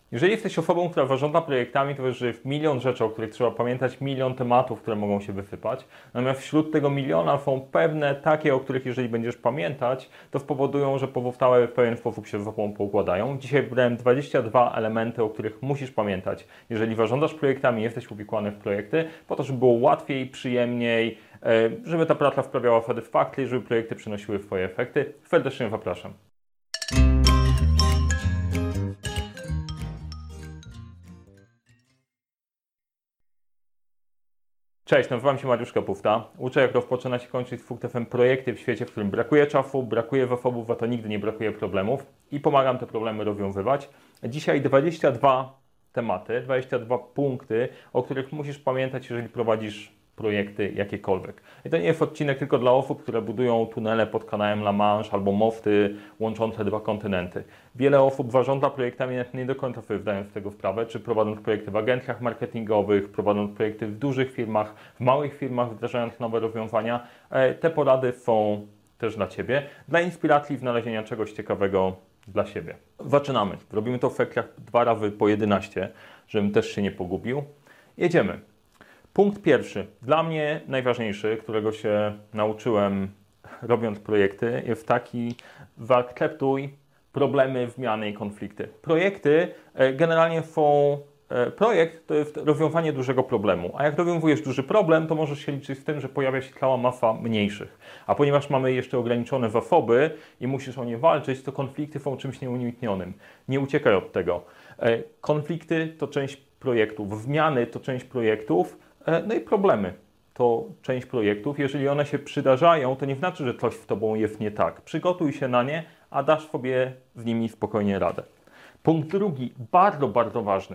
Jeżeli jesteś osobą, która zarządza projektami, to wiesz, że jest milion rzeczy, o których trzeba pamiętać, milion tematów, które mogą się wysypać. Natomiast wśród tego miliona są pewne takie, o których jeżeli będziesz pamiętać, to spowodują, że pozostałe w pewien sposób się ze sobą poukładają. Dzisiaj wybrałem 22 elementy, o których musisz pamiętać, jeżeli zarządzasz projektami, jesteś uwikłany w projekty, po to, żeby było łatwiej, przyjemniej, żeby ta praca sprawiała satysfakcję, żeby projekty przynosiły swoje efekty. Serdecznie zapraszam. Cześć, nazywam się Mariusz Kapufta. Uczę, jak rozpoczynać i kończyć z sukcesem projekty w świecie, w którym brakuje czasu, brakuje zasobów, a to nigdy nie brakuje problemów i pomagam te problemy rozwiązywać. Dzisiaj 22 tematy, 22 punkty, o których musisz pamiętać, jeżeli prowadzisz projekty jakiekolwiek. I to nie jest odcinek tylko dla osób, które budują tunele pod kanałem La Manche albo mosty łączące dwa kontynenty. Wiele osób zarządza projektami, nie do końca sobie zdają z tego sprawę, czy prowadząc projekty w agencjach marketingowych, prowadząc projekty w dużych firmach, w małych firmach, wdrażając nowe rozwiązania. Te porady są też dla Ciebie, dla inspiracji znalezienia czegoś ciekawego dla siebie. Zaczynamy. Robimy to w sekcjach 2 razy po 11, żebym też się nie pogubił. Jedziemy. Punkt pierwszy, dla mnie najważniejszy, którego się nauczyłem robiąc projekty, jest taki: zaakceptuj problemy, zmiany i konflikty. Projekty generalnie są... Projekt to jest rozwiązanie dużego problemu, a jak rozwiązujesz duży problem, to możesz się liczyć z tym, że pojawia się cała masa mniejszych. A ponieważ mamy jeszcze ograniczone zasoby i musisz o nie walczyć, to konflikty są czymś nieuniknionym. Nie uciekaj od tego. Konflikty to część projektów, zmiany to część projektów, no i problemy to część projektów. Jeżeli one się przydarzają, to nie znaczy, że coś z Tobą jest nie tak. Przygotuj się na nie, a dasz sobie z nimi spokojnie radę. Punkt drugi, bardzo, bardzo ważny.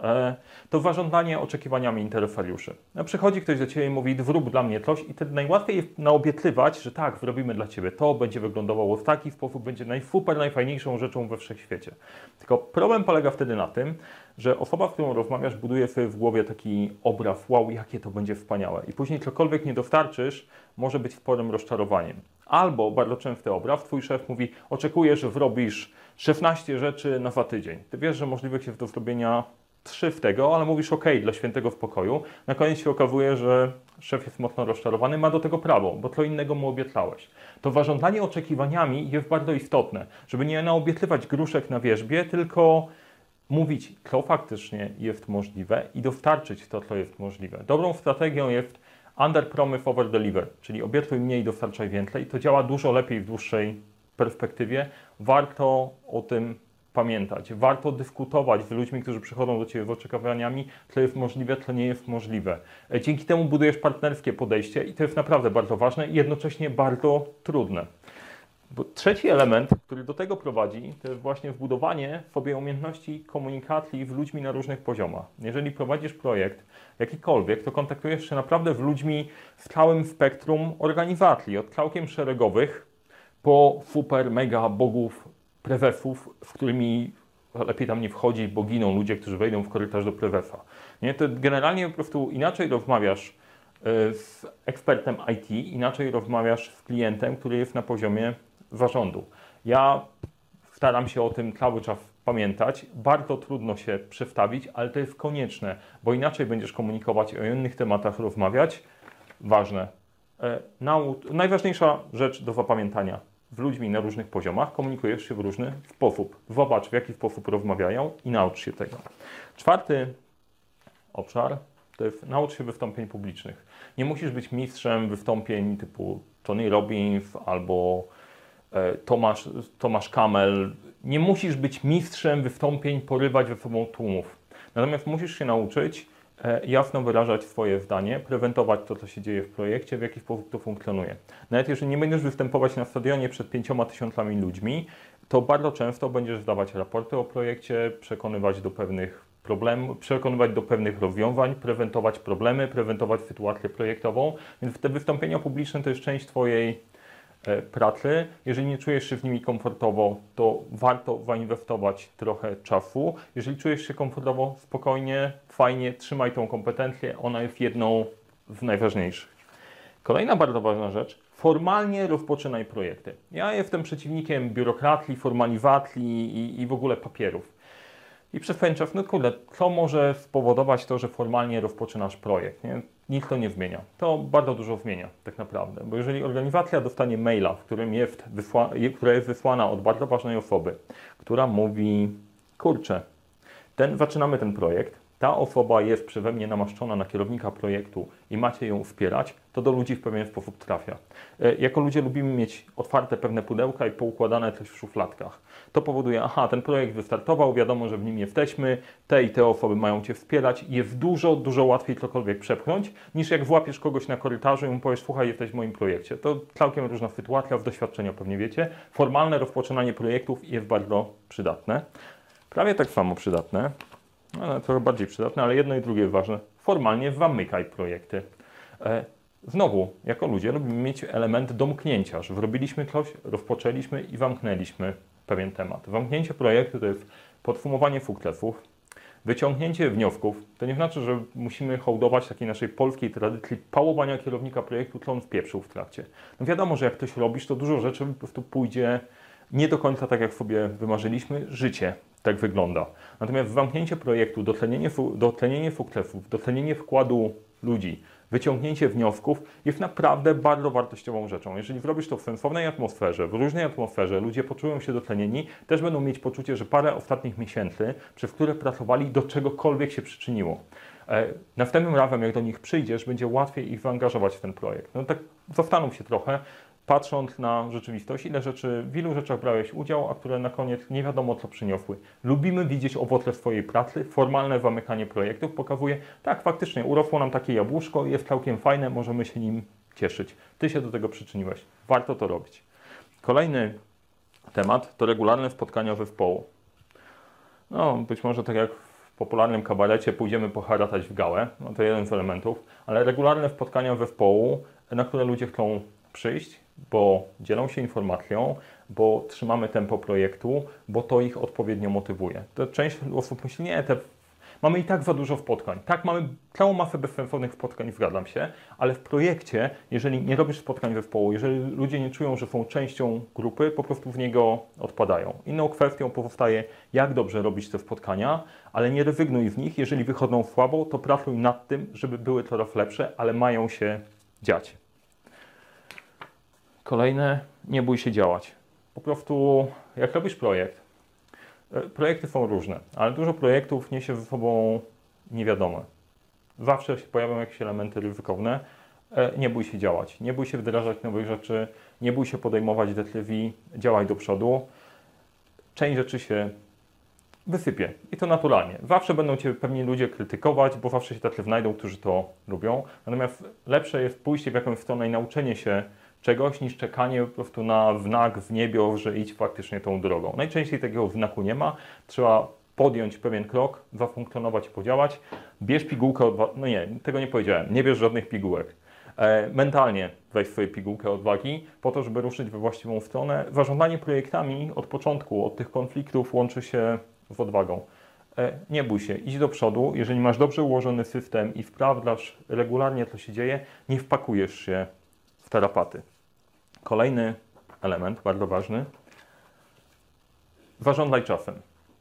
To zarządzanie oczekiwaniami interesariuszy. Przychodzi ktoś do Ciebie i mówi: zrób dla mnie coś, i wtedy najłatwiej jest naobiecywać, że tak, zrobimy dla Ciebie to, będzie wyglądało w taki sposób, będzie najfajniejszą rzeczą we wszechświecie. Tylko problem polega wtedy na tym, że osoba, z którą rozmawiasz, buduje sobie w głowie taki obraz: wow, jakie to będzie wspaniałe. I później cokolwiek nie dostarczysz, może być sporym rozczarowaniem. Albo bardzo częsty obraz, Twój szef mówi: oczekuję, że zrobisz 16 rzeczy na 2 tydzień. Ty wiesz, że możliwych jest do zrobienia 3 w tego, ale mówisz: OK, dla świętego spokoju. Na koniec się okazuje, że szef jest mocno rozczarowany, ma do tego prawo, bo co innego mu obiecałeś. To zarządzanie oczekiwaniami jest bardzo istotne, żeby nie naobiecywać gruszek na wierzbie, tylko mówić, co faktycznie jest możliwe i dostarczyć to, co jest możliwe. Dobrą strategią jest under promise, over deliver, czyli obiecuj mniej, dostarczaj więcej. To działa dużo lepiej w dłuższej perspektywie. Warto o tym pamiętać. Warto dyskutować z ludźmi, którzy przychodzą do Ciebie z oczekiwaniami, co jest możliwe, co nie jest możliwe. Dzięki temu budujesz partnerskie podejście i to jest naprawdę bardzo ważne i jednocześnie bardzo trudne. Bo trzeci element, który do tego prowadzi, to jest właśnie wbudowanie w sobie umiejętności komunikacji z ludźmi na różnych poziomach. Jeżeli prowadzisz projekt jakikolwiek, to kontaktujesz się naprawdę z ludźmi w całym spektrum organizacji, od całkiem szeregowych po super, mega bogów, prezesów, z którymi lepiej tam nie wchodzi, bo giną ludzie, którzy wejdą w korytarz do prezesa. Nie? To generalnie po prostu inaczej rozmawiasz z ekspertem IT, inaczej rozmawiasz z klientem, który jest na poziomie zarządu. Ja staram się o tym cały czas pamiętać. Bardzo trudno się przestawić, ale to jest konieczne, bo inaczej będziesz komunikować, o innych tematach rozmawiać. Ważne. Najważniejsza rzecz do zapamiętania: z ludźmi na różnych poziomach komunikujesz się w różny sposób. Zobacz, w jaki sposób rozmawiają i naucz się tego. Czwarty obszar to jest: naucz się wystąpień publicznych. Nie musisz być mistrzem wystąpień typu Tony Robbins albo Tomasz Kamel. Nie musisz być mistrzem wystąpień, porywać ze sobą tłumów. Natomiast musisz się nauczyć jasno wyrażać swoje zdanie, prezentować to, co się dzieje w projekcie, w jaki sposób to funkcjonuje. Nawet jeżeli nie będziesz występować na stadionie przed 5000 ludźmi, to bardzo często będziesz zdawać raporty o projekcie, przekonywać do pewnych problemów, przekonywać do pewnych rozwiązań, prezentować problemy, prezentować sytuację projektową, więc te wystąpienia publiczne to jest część Twojej pracy. Jeżeli nie czujesz się z nimi komfortowo, to warto zainwestować trochę czasu. Jeżeli czujesz się komfortowo, spokojnie, fajnie, trzymaj tą kompetencję, ona jest jedną z najważniejszych. Kolejna bardzo ważna rzecz: formalnie rozpoczynaj projekty. Ja jestem przeciwnikiem biurokracji, formalizacji i w ogóle papierów. I przez pewien czas, no kurde, co może spowodować to, że formalnie rozpoczynasz projekt, nie? Nic to nie zmienia. To bardzo dużo zmienia tak naprawdę, bo jeżeli organizacja dostanie maila, w którym która jest wysłana od bardzo ważnej osoby, która mówi, kurczę, zaczynamy ten projekt, ta osoba jest przeze mnie namaszczona na kierownika projektu i macie ją wspierać, to do ludzi w pewien sposób trafia. Jako ludzie lubimy mieć otwarte pewne pudełka i poukładane coś w szufladkach. To powoduje, aha, ten projekt wystartował, wiadomo, że w nim jesteśmy, te i te osoby mają Cię wspierać i jest dużo, dużo łatwiej cokolwiek przepchnąć, niż jak włapiesz kogoś na korytarzu i mu powiesz, słuchaj, jesteś w moim projekcie. To całkiem różna sytuacja, z doświadczenia pewnie wiecie. Formalne rozpoczynanie projektów jest bardzo przydatne. Prawie tak samo przydatne, ale trochę bardziej przydatne, ale jedno i drugie jest ważne. Formalnie zamykaj projekty. Znowu, jako ludzie lubimy mieć element domknięcia, że zrobiliśmy coś, rozpoczęliśmy i zamknęliśmy pewien temat. Zamknięcie projektu to jest podsumowanie sukcesów, wyciągnięcie wniosków. To nie znaczy, że musimy hołdować takiej naszej polskiej tradycji pałowania kierownika projektu, co on wpieprzył w trakcie. No wiadomo, że jak ktoś robisz, to dużo rzeczy po prostu pójdzie nie do końca tak, jak sobie wymarzyliśmy. Życie tak wygląda. Natomiast zamknięcie projektu, docenienie sukcesów, docenienie wkładu ludzi, wyciągnięcie wniosków jest naprawdę bardzo wartościową rzeczą. Jeżeli zrobisz to w sensownej atmosferze, w różnej atmosferze, ludzie poczują się docenieni, też będą mieć poczucie, że parę ostatnich miesięcy, przez które pracowali, do czegokolwiek się przyczyniło. Następnym razem, jak do nich przyjdziesz, będzie łatwiej ich zaangażować w ten projekt. No tak zastanów się trochę, patrząc na rzeczywistość, w ilu rzeczach brałeś udział, a które na koniec nie wiadomo co przyniosły. Lubimy widzieć owoce swojej pracy, formalne zamykanie projektów pokazuje, tak, faktycznie urosło nam takie jabłuszko, jest całkiem fajne, możemy się nim cieszyć. Ty się do tego przyczyniłeś. Warto to robić. Kolejny temat to regularne spotkania zespołu. No, być może tak jak w popularnym kabarecie pójdziemy poharatać w gałę, no to jeden z elementów, ale regularne spotkania zespołu, na które ludzie chcą przyjść, bo dzielą się informacją, bo trzymamy tempo projektu, bo to ich odpowiednio motywuje. To część osób myśli, nie, mamy i tak za dużo spotkań. Tak, mamy całą masę bezsensownych spotkań, zgadzam się, ale w projekcie, jeżeli nie robisz spotkań zespołu, jeżeli ludzie nie czują, że są częścią grupy, po prostu z niego odpadają. Inną kwestią pozostaje, jak dobrze robić te spotkania, ale nie rezygnuj z nich. Jeżeli wychodzą słabo, to pracuj nad tym, żeby były coraz lepsze, ale mają się dziać. Kolejne, nie bój się działać. Po prostu, jak robisz projekt, projekty są różne, ale dużo projektów niesie ze sobą niewiadome. Zawsze się pojawią jakieś elementy ryzykowne. Nie bój się działać, nie bój się wdrażać nowych rzeczy, nie bój się podejmować decyzji, działaj do przodu. Część rzeczy się wysypie i to naturalnie. Zawsze będą Cię pewnie ludzie krytykować, bo zawsze się tacy znajdą, którzy to lubią. Natomiast lepsze jest pójście w jakąś stronę i nauczenie się czegoś, niż czekanie po prostu na znak w niebie, że idź faktycznie tą drogą. Najczęściej takiego znaku nie ma. Trzeba podjąć pewien krok, zafunkcjonować i podziałać. Bierz pigułkę odwagi. No nie, tego nie powiedziałem. Nie bierz żadnych pigułek. Mentalnie weź swoją pigułkę odwagi po to, żeby ruszyć we właściwą stronę. Zarządzanie projektami od początku, od tych konfliktów łączy się z odwagą. Nie bój się, idź do przodu. Jeżeli masz dobrze ułożony system i sprawdzasz regularnie, co się dzieje, nie wpakujesz się w tarapaty. Kolejny element, bardzo ważny. Zarządzaj czasem.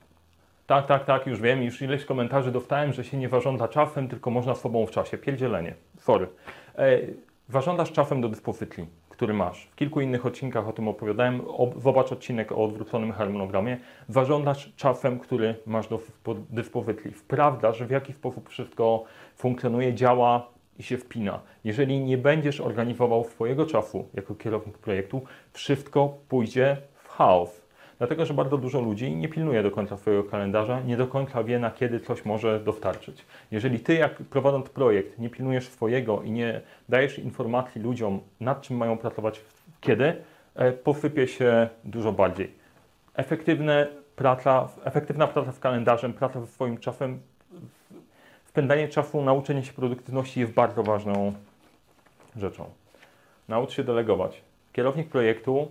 Tak, już wiem, już ileś komentarzy dostałem, że się nie zarządza czasem, tylko można sobą w czasie. Pierdzielenie. Sorry. Zarządzasz czasem do dyspozycji, który masz. W kilku innych odcinkach o tym opowiadałem. Zobacz odcinek o odwróconym harmonogramie. Zarządzasz czasem, który masz do dyspozycji. Sprawdzasz, w jaki sposób wszystko funkcjonuje, działa i się wpina. Jeżeli nie będziesz organizował swojego czasu jako kierownik projektu, wszystko pójdzie w chaos. Dlatego, że bardzo dużo ludzi nie pilnuje do końca swojego kalendarza, nie do końca wie, na kiedy coś może dostarczyć. Jeżeli Ty, jak prowadząc projekt, nie pilnujesz swojego i nie dajesz informacji ludziom, nad czym mają pracować, kiedy, posypie się dużo bardziej. Efektywna praca z kalendarzem, praca ze swoim czasem, spędzanie czasu, nauczenie się produktywności jest bardzo ważną rzeczą. Naucz się delegować. Kierownik projektu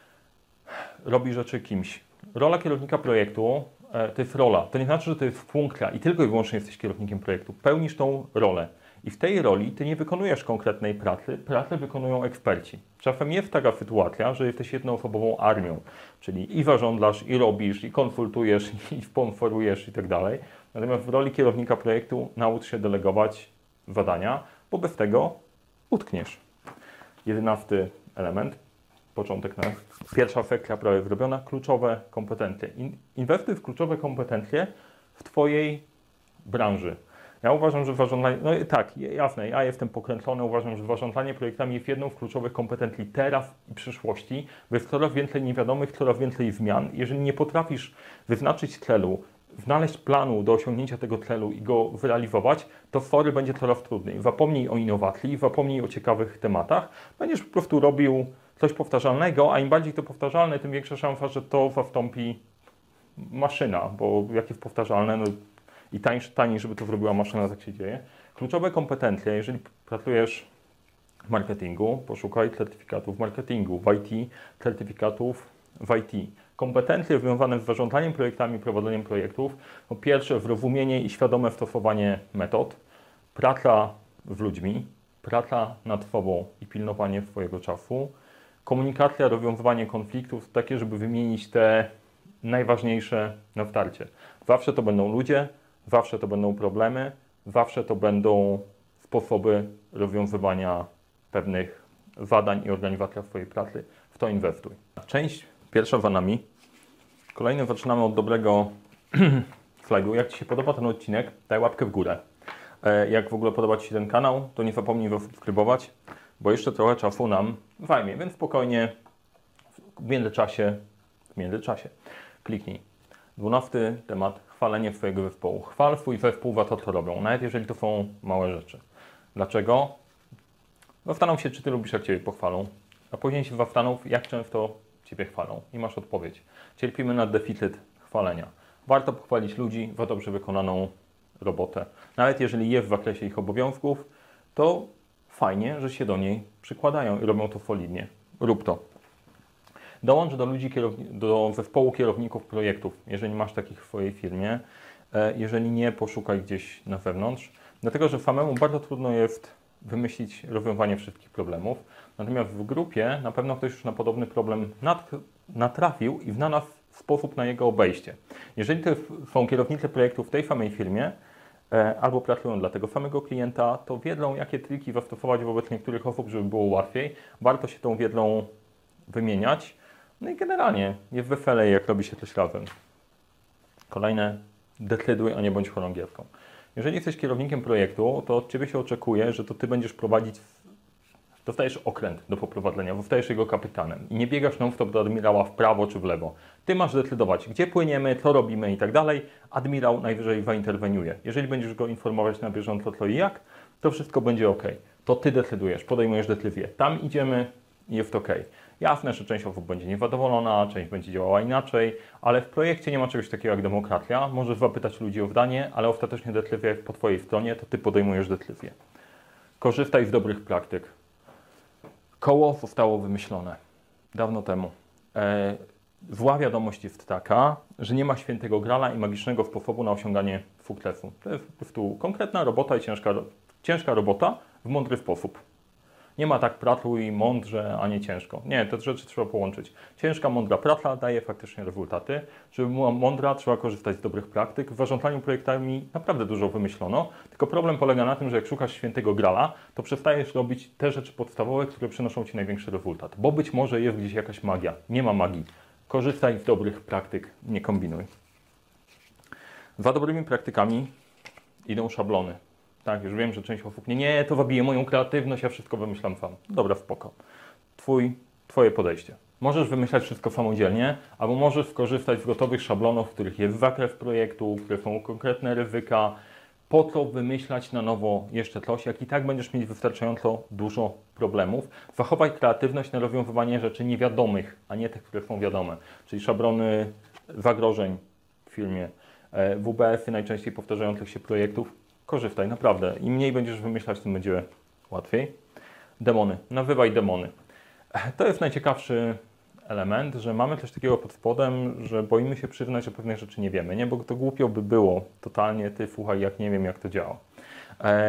robi rzeczy kimś. Rola kierownika projektu to jest rola. To nie znaczy, że to jest funkcja i tylko i wyłącznie jesteś kierownikiem projektu. Pełnisz tą rolę. I w tej roli ty nie wykonujesz konkretnej pracy, pracę wykonują eksperci. Czasem jest taka sytuacja, że jesteś jednoosobową armią, czyli i zarządzasz, i robisz, i konsultujesz, i sponsorujesz i tak dalej. Natomiast w roli kierownika projektu naucz się delegować zadania, bo bez tego utkniesz. 11 element, początek na pierwsza sekcja prawie zrobiona, kluczowe kompetencje. Inwestuj w kluczowe kompetencje w Twojej branży. Ja uważam, że zarządzanie, no tak, jasne, ja jestem pokręcony, uważam, że zarządzanie projektami jest jedną z kluczowych kompetencji teraz i przyszłości, bo jest coraz więcej niewiadomych, coraz więcej zmian. Jeżeli nie potrafisz wyznaczyć celu, znaleźć planu do osiągnięcia tego celu i go zrealizować, to sorry, będzie coraz trudniej. Zapomnij o innowacji, zapomnij o ciekawych tematach, będziesz po prostu robił coś powtarzalnego, a im bardziej to powtarzalne, tym większa szansa, że to zastąpi maszyna, bo jak jest powtarzalne, no i taniej, żeby to zrobiła maszyna, tak się dzieje. Kluczowe kompetencje, jeżeli pracujesz w marketingu, poszukaj certyfikatów w marketingu, w IT, certyfikatów w IT. Kompetencje związane z zarządzaniem projektami, prowadzeniem projektów. Po pierwsze, zrozumienie i świadome stosowanie metod, praca z ludźmi, praca nad sobą i pilnowanie swojego czasu, komunikacja, rozwiązywanie konfliktów, takie, żeby wymienić te najważniejsze na starcie. Zawsze to będą ludzie, zawsze to będą problemy, zawsze to będą sposoby rozwiązywania pewnych zadań i organizacja swojej pracy. W to inwestuj. Część pierwsza za nami. Kolejny zaczynamy od dobrego slajdu. Jak Ci się podoba ten odcinek, daj łapkę w górę. Jak w ogóle podoba Ci się ten kanał, to nie zapomnij zasubskrybować, bo jeszcze trochę czasu nam zajmie, więc spokojnie w międzyczasie kliknij. 12 temat. Chwalenie swojego zespołu. Chwal swój zespół za to, co robią, nawet jeżeli to są małe rzeczy. Dlaczego? Zastanów się, czy Ty lubisz, jak Ciebie pochwalą, a później się zastanów, jak często Ciebie chwalą i masz odpowiedź. Cierpimy na deficyt chwalenia. Warto pochwalić ludzi za dobrze wykonaną robotę. Nawet jeżeli jest w zakresie ich obowiązków, to fajnie, że się do niej przykładają i robią to solidnie. Rób to. Dołącz do ludzi, do zespołu kierowników projektów, jeżeli masz takich w swojej firmie. Jeżeli nie, poszukaj gdzieś na zewnątrz. Dlatego, że samemu bardzo trudno jest wymyślić rozwiązanie wszystkich problemów. Natomiast w grupie na pewno ktoś już na podobny problem natrafił i znalazł sposób na jego obejście. Jeżeli to są kierownicy projektów w tej samej firmie, albo pracują dla tego samego klienta, to wiedzą, jakie triki zastosować wobec niektórych osób, żeby było łatwiej. Warto się tą wiedzą wymieniać. No i generalnie jest weselej, jak robi się coś razem. Kolejne, decyduj, a nie bądź chorągiewką. Jeżeli jesteś kierownikiem projektu, to od Ciebie się oczekuje, że to Ty będziesz prowadzić, dostajesz okręt do poprowadzenia, zostajesz jego kapitanem i nie biegasz non-stop do admirała w prawo czy w lewo. Ty masz decydować, gdzie płyniemy, co robimy i tak dalej. Admirał najwyżej zainterweniuje. Jeżeli będziesz go informować na bieżąco co i jak, to wszystko będzie ok. To Ty decydujesz, podejmujesz decyzję. Tam idziemy i jest ok. Jasne, że część osób będzie niezadowolona, część będzie działała inaczej, ale w projekcie nie ma czegoś takiego jak demokracja. Możesz zapytać ludzi o zdanie, ale ostatecznie decyzja jest po Twojej stronie, to Ty podejmujesz decyzję. Korzystaj z dobrych praktyk. Koło zostało wymyślone dawno temu. Zła wiadomość jest taka, że nie ma świętego grala i magicznego sposobu na osiąganie sukcesu. To jest po prostu konkretna robota i ciężka robota w mądry sposób. Nie ma tak pracuj mądrze, a nie ciężko. Nie, te rzeczy trzeba połączyć. Ciężka, mądra praca daje faktycznie rezultaty. Żeby była mądra, trzeba korzystać z dobrych praktyk. W zarządzaniu projektami naprawdę dużo wymyślono, tylko problem polega na tym, że jak szukasz świętego grala, to przestajesz robić te rzeczy podstawowe, które przynoszą Ci największy rezultat. Bo być może jest gdzieś jakaś magia. Nie ma magii. Korzystaj z dobrych praktyk, nie kombinuj. Za dobrymi praktykami idą szablony. Tak, już wiem, że część osób nie, to zabije moją kreatywność, ja wszystko wymyślam sam. Dobra, spoko. Twoje podejście. Możesz wymyślać wszystko samodzielnie, albo możesz skorzystać z gotowych szablonów, w których jest zakres projektu, które są konkretne ryzyka. Po co wymyślać na nowo jeszcze coś, jak i tak będziesz mieć wystarczająco dużo problemów. Zachowaj kreatywność na rozwiązywanie rzeczy niewiadomych, a nie tych, które są wiadome. Czyli szablony zagrożeń w filmie, WBS-y najczęściej powtarzających się projektów. Korzystaj, naprawdę. Im mniej będziesz wymyślać, tym będzie łatwiej. Demony. Nazywaj demony. To jest najciekawszy element, że mamy coś takiego pod spodem, że boimy się przyznać, że pewnych rzeczy nie wiemy, nie? Bo to głupio by było totalnie, ty słuchaj, jak nie wiem, jak to działa.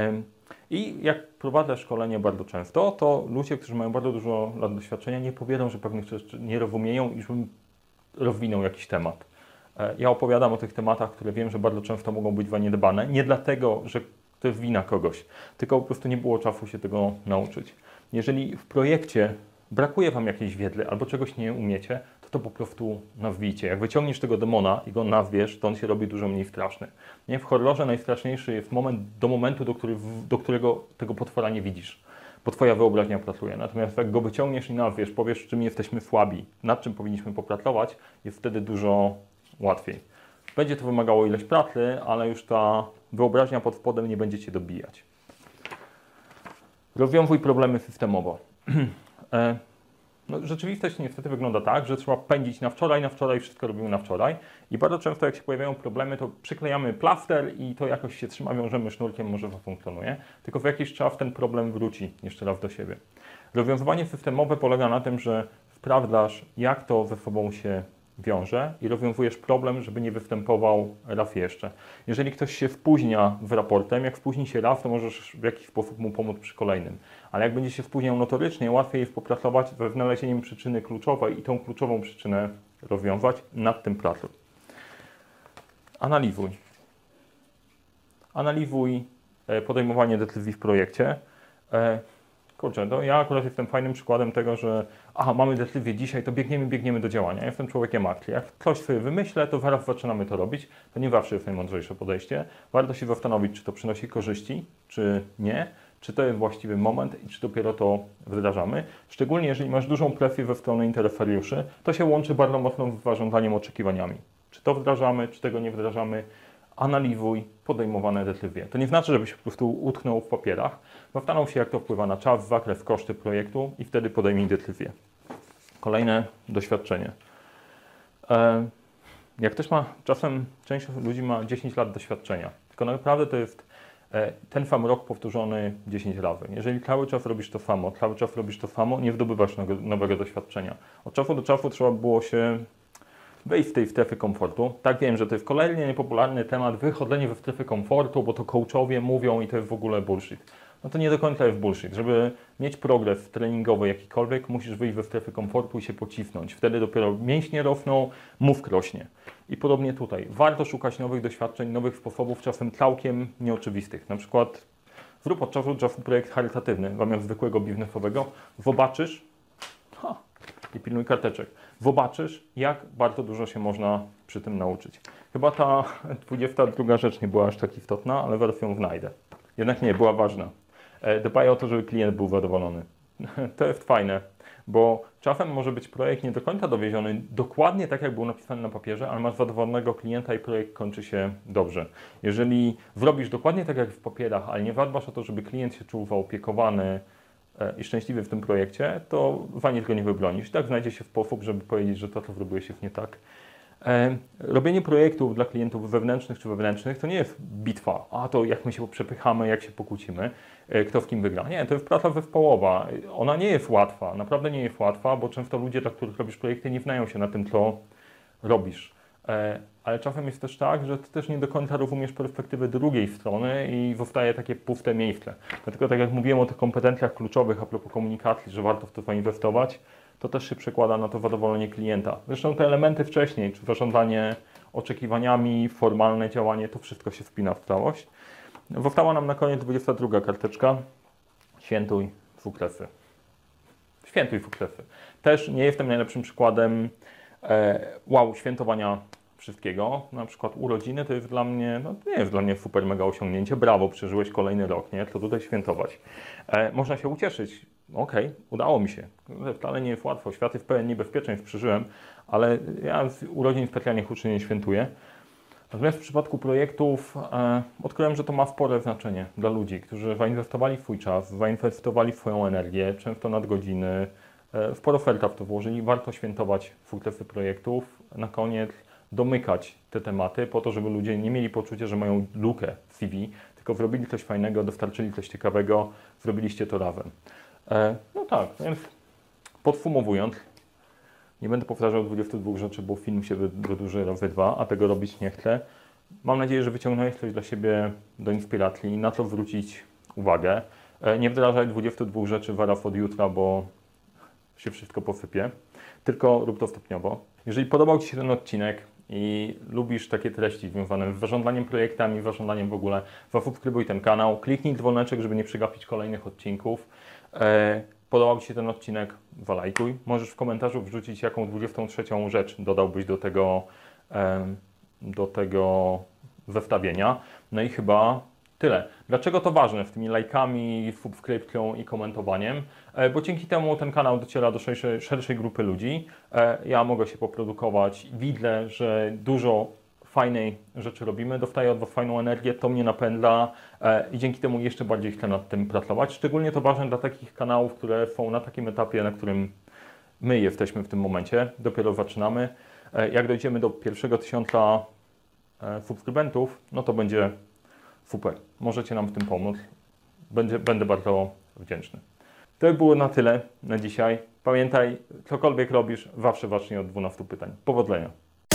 I jak prowadzę szkolenie bardzo często, to ludzie, którzy mają bardzo dużo lat doświadczenia, nie powiedzą, że pewnych rzeczy nie rozumieją i żebym rozwinął jakiś temat. Ja opowiadam o tych tematach, które wiem, że bardzo często mogą być zaniedbane. Nie dlatego, że to jest wina kogoś, tylko po prostu nie było czasu się tego nauczyć. Jeżeli w projekcie brakuje Wam jakiejś wiedzy albo czegoś nie umiecie, to po prostu nazwijcie. Jak wyciągniesz tego demona i go nazwiesz, to on się robi dużo mniej straszny. Nie? W horrorze najstraszniejszy jest moment do momentu, do którego tego potwora nie widzisz, bo Twoja wyobraźnia pracuje. Natomiast jak go wyciągniesz i nazwiesz, powiesz, czym jesteśmy słabi, nad czym powinniśmy popracować, jest wtedy dużo łatwiej. Będzie to wymagało ileś pracy, ale już ta wyobraźnia pod spodem nie będzie Cię dobijać. Rozwiązuj problemy systemowo. No, rzeczywistość niestety wygląda tak, że trzeba pędzić na wczoraj, wszystko robimy na wczoraj i bardzo często jak się pojawiają problemy, to przyklejamy plaster i to jakoś się trzyma, wiążemy sznurkiem, może to funkcjonuje, tylko w jakiś czas ten problem wróci jeszcze raz do siebie. Rozwiązywanie systemowe polega na tym, że sprawdzasz, jak to ze sobą się wiąże i rozwiązujesz problem, żeby nie występował raz jeszcze. Jeżeli ktoś się spóźnia z raportem, jak spóźni się raz, to możesz w jakiś sposób mu pomóc przy kolejnym. Ale jak będzie się spóźniał notorycznie, łatwiej jest popracować ze znalezieniem przyczyny kluczowej i tą kluczową przyczynę rozwiązać. Nad tym pracuj. Analizuj. Analizuj podejmowanie decyzji w projekcie. Kurczę, no ja akurat jestem fajnym przykładem tego, że mamy decyzję dzisiaj, to biegniemy do działania. Ja jestem człowiekiem akcji. Jak coś sobie wymyślę, to zaraz zaczynamy to robić. To nie zawsze jest najmądrzejsze podejście. Warto się zastanowić, czy to przynosi korzyści, czy nie, czy to jest właściwy moment i czy dopiero to wdrażamy. Szczególnie jeżeli masz dużą presję ze strony interesariuszy, to się łączy bardzo mocno z zarządzaniem oczekiwaniami. Czy to wdrażamy, czy tego nie wdrażamy. Analizuj podejmowane decyzje. To nie znaczy, żebyś po prostu utknął w papierach. Zastanów się, jak to wpływa na czas, zakres, koszty projektu i wtedy podejmij decyzję. Kolejne doświadczenie. Jak ktoś ma, czasem część ludzi ma 10 lat doświadczenia, tylko naprawdę to jest ten sam rok powtórzony 10 razy. Jeżeli cały czas robisz to samo, nie zdobywasz nowego doświadczenia. Od czasu do czasu trzeba było się wyjść z tej strefy komfortu. Tak, wiem, że to jest kolejny niepopularny temat, wychodzenie ze strefy komfortu, bo to coachowie mówią i to jest w ogóle bullshit. No to nie do końca jest bullshit. Żeby mieć progres treningowy jakikolwiek, musisz wyjść ze strefy komfortu i się pocisnąć. Wtedy dopiero mięśnie rosną, mózg rośnie. I podobnie tutaj. Warto szukać nowych doświadczeń, nowych sposobów, czasem całkiem nieoczywistych. Na przykład zrób od czasu do czasu projekt charytatywny, zamiast zwykłego biznesowego. Zobaczysz, i pilnuj karteczek. Zobaczysz, jak bardzo dużo się można przy tym nauczyć. Chyba ta 22 rzecz nie była aż tak istotna, ale zaraz ją znajdę. Jednak nie, była ważna. Dbaj o to, żeby klient był zadowolony. To jest fajne, bo czasem może być projekt nie do końca dowieziony dokładnie tak, jak był napisany na papierze, ale masz zadowolonego klienta i projekt kończy się dobrze. Jeżeli zrobisz dokładnie tak, jak w papierach, ale nie zadbasz o to, żeby klient się czuł zaopiekowany i szczęśliwy w tym projekcie, to za nic go nie wybronisz. Tak znajdzie się sposób, żeby powiedzieć, że to, co zrobiłeś, jest nie tak. Robienie projektów dla klientów wewnętrznych czy wewnętrznych to nie jest bitwa. To jak my się przepychamy, jak się pokłócimy, kto w kim wygra. Nie, to jest praca zespołowa. Ona nie jest łatwa, naprawdę nie jest łatwa, bo często ludzie, dla których robisz projekty, nie znają się na tym, co robisz. Ale czasem jest też tak, że ty też nie do końca rozumiesz perspektywy drugiej strony i zostaje takie puste miejsce. Dlatego tak jak mówiłem o tych kompetencjach kluczowych a propos komunikacji, że warto w to zainwestować, to też się przekłada na to zadowolenie klienta. Zresztą te elementy wcześniej, czy zarządzanie oczekiwaniami, formalne działanie, to wszystko się spina w całość. Została nam na koniec 22 karteczka. Świętuj sukcesy. Świętuj sukcesy. Też nie jestem najlepszym przykładem świętowania wszystkiego. Na przykład urodziny to jest dla mnie, to nie jest dla mnie super mega osiągnięcie. Brawo, przeżyłeś kolejny rok, nie? Co tutaj świętować? Można się ucieszyć. Okej, udało mi się. Wcale nie jest łatwo. Świat jest pełen niebezpieczeństw, przeżyłem, ale ja z urodzin specjalnie hucznie nie świętuję. Natomiast w przypadku projektów odkryłem, że to ma spore znaczenie dla ludzi, którzy zainwestowali w swój czas, zainwestowali w swoją energię, często nadgodziny, sporo serca w to włożyli. Warto świętować sukcesy projektów. Na koniec domykać te tematy po to, żeby ludzie nie mieli poczucia, że mają lukę w CV, tylko zrobili coś fajnego, dostarczyli coś ciekawego, zrobiliście to razem. No tak, więc podsumowując, nie będę powtarzał 22 rzeczy, bo film się wydłuży razy 2, a tego robić nie chcę. Mam nadzieję, że wyciągnąłeś coś dla siebie do inspiracji, na co zwrócić uwagę. Nie wdrażaj 22 rzeczy w RAF od jutra, bo się wszystko posypie, tylko rób to stopniowo. Jeżeli podobał Ci się ten odcinek i lubisz takie treści związane z zarządzaniem projektami, zarządzaniem w ogóle, zasubskrybuj ten kanał, kliknij dzwoneczek, żeby nie przegapić kolejnych odcinków. Podobał Ci się ten odcinek, zalajkuj. Możesz w komentarzu wrzucić, jaką 23 rzecz dodałbyś do tego zestawienia. No i chyba tyle. Dlaczego to ważne z tymi lajkami, subskrypcją i komentowaniem? Bo dzięki temu ten kanał dociera do szerszej grupy ludzi. Ja mogę się poprodukować, widzę, że dużo fajnej rzeczy robimy, dostaję od Was fajną energię, to mnie napędza i dzięki temu jeszcze bardziej chcę nad tym pracować. Szczególnie to ważne dla takich kanałów, które są na takim etapie, na którym my jesteśmy w tym momencie. Dopiero zaczynamy. Jak dojdziemy do pierwszego 1000 subskrybentów, no to będzie super. Możecie nam w tym pomóc. Będę bardzo wdzięczny. To by było na tyle na dzisiaj. Pamiętaj, cokolwiek robisz, zawsze zacznij od 12 pytań. Powodzenia!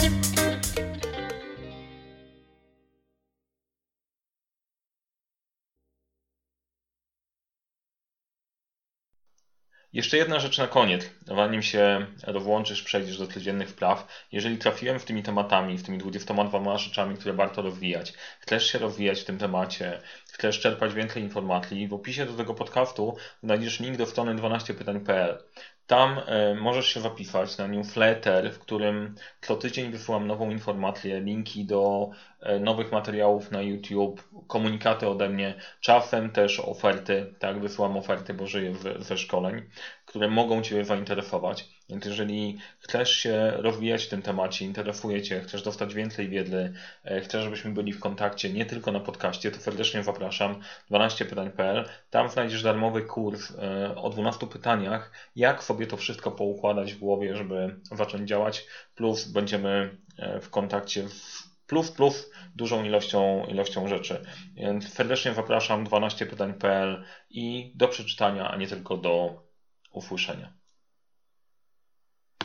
Jeszcze jedna rzecz na koniec, zanim się włączysz, przejdziesz do codziennych wpraw. Jeżeli trafiłem w tymi tematami, w tymi 22 rzeczami, które warto rozwijać, chcesz się rozwijać w tym temacie, chcesz czerpać więcej informacji, w opisie do tego podcastu znajdziesz link do strony 12pytań.pl. Tam możesz się zapisać na newsletter, w którym co tydzień wysyłam nową informację, linki do nowych materiałów na YouTube, komunikaty ode mnie, czasem też oferty, tak, wysyłam oferty, bo żyję ze szkoleń, które mogą Cię zainteresować. Więc jeżeli chcesz się rozwijać w tym temacie, interesuje Cię, chcesz dostać więcej wiedzy, chcesz, żebyśmy byli w kontakcie nie tylko na podcaście, to serdecznie zapraszam 12pytań.pl. Tam znajdziesz darmowy kurs o 12 pytaniach, jak sobie to wszystko poukładać w głowie, żeby zacząć działać, plus będziemy w kontakcie plus dużą ilością rzeczy. Więc serdecznie zapraszam 12pytań.pl i do przeczytania, a nie tylko do usłyszenia.